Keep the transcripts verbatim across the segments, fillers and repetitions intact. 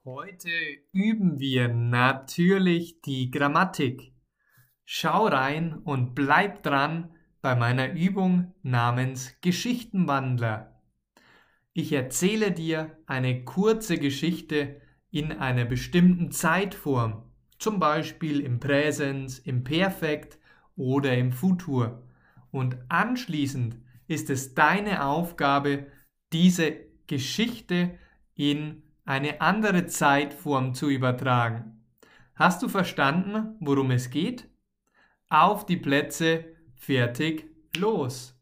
Heute üben wir natürlich die Grammatik. Schau rein und bleib dran bei meiner Übung namens Geschichtenwandler. Ich erzähle dir eine kurze Geschichte in einer bestimmten Zeitform, zum Beispiel im Präsens, im Perfekt oder im Futur. Und anschließend ist es deine Aufgabe, diese Geschichte in eine andere Zeitform zu übertragen. Hast du verstanden, worum es geht? Auf die Plätze, fertig, los!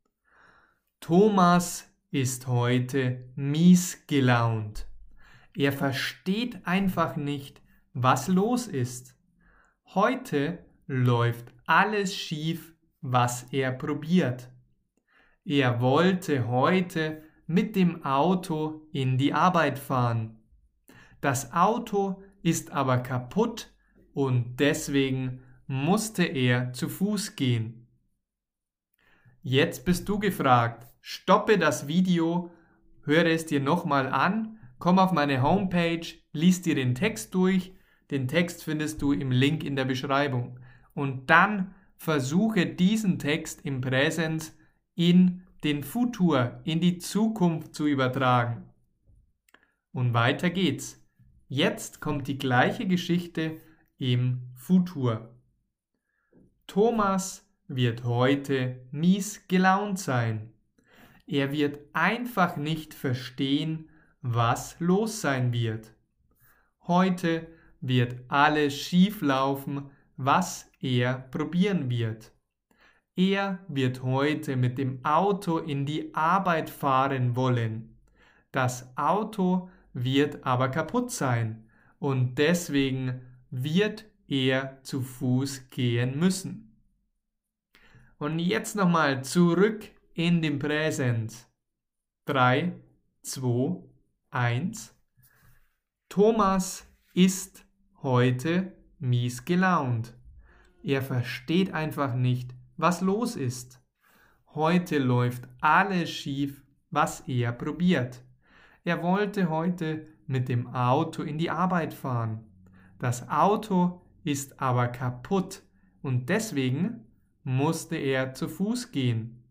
Thomas ist heute mies gelaunt. Er versteht einfach nicht, was los ist. Heute läuft alles schief, was er probiert. Er wollte heute mit dem Auto in die Arbeit fahren. Das Auto ist aber kaputt und deswegen musste er zu Fuß gehen. Jetzt bist du gefragt. Stoppe das Video, höre es dir nochmal an, komm auf meine Homepage, lies dir den Text durch. Den Text findest du im Link in der Beschreibung. Und dann versuche diesen Text im Präsens in den Futur, in die Zukunft zu übertragen. Und weiter geht's. Jetzt kommt die gleiche Geschichte im Futur. Thomas wird heute mies gelaunt sein. Er wird einfach nicht verstehen, was los sein wird. Heute wird alles schief laufen, was er probieren wird. Er wird heute mit dem Auto in die Arbeit fahren wollen. Das Auto wird aber kaputt sein und deswegen wird er zu Fuß gehen müssen. Und jetzt nochmal zurück in den Präsens. drei, zwei, eins. Thomas ist heute mies gelaunt. Er versteht einfach nicht, was los ist. Heute läuft alles schief, was er probiert. Er wollte heute mit dem Auto in die Arbeit fahren. Das Auto ist aber kaputt und deswegen musste er zu Fuß gehen.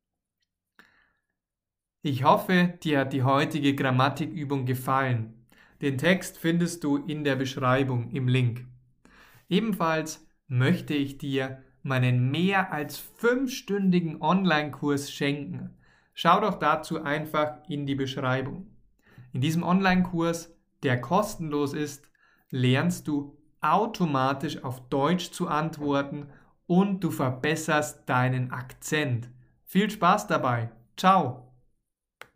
Ich hoffe, dir hat die heutige Grammatikübung gefallen. Den Text findest du in der Beschreibung im Link. Ebenfalls möchte ich dir meinen mehr als fünfstündigen Online-Kurs schenken. Schau doch dazu einfach in die Beschreibung. In diesem Online-Kurs, der kostenlos ist, lernst du automatisch auf Deutsch zu antworten und du verbesserst deinen Akzent. Viel Spaß dabei. Ciao!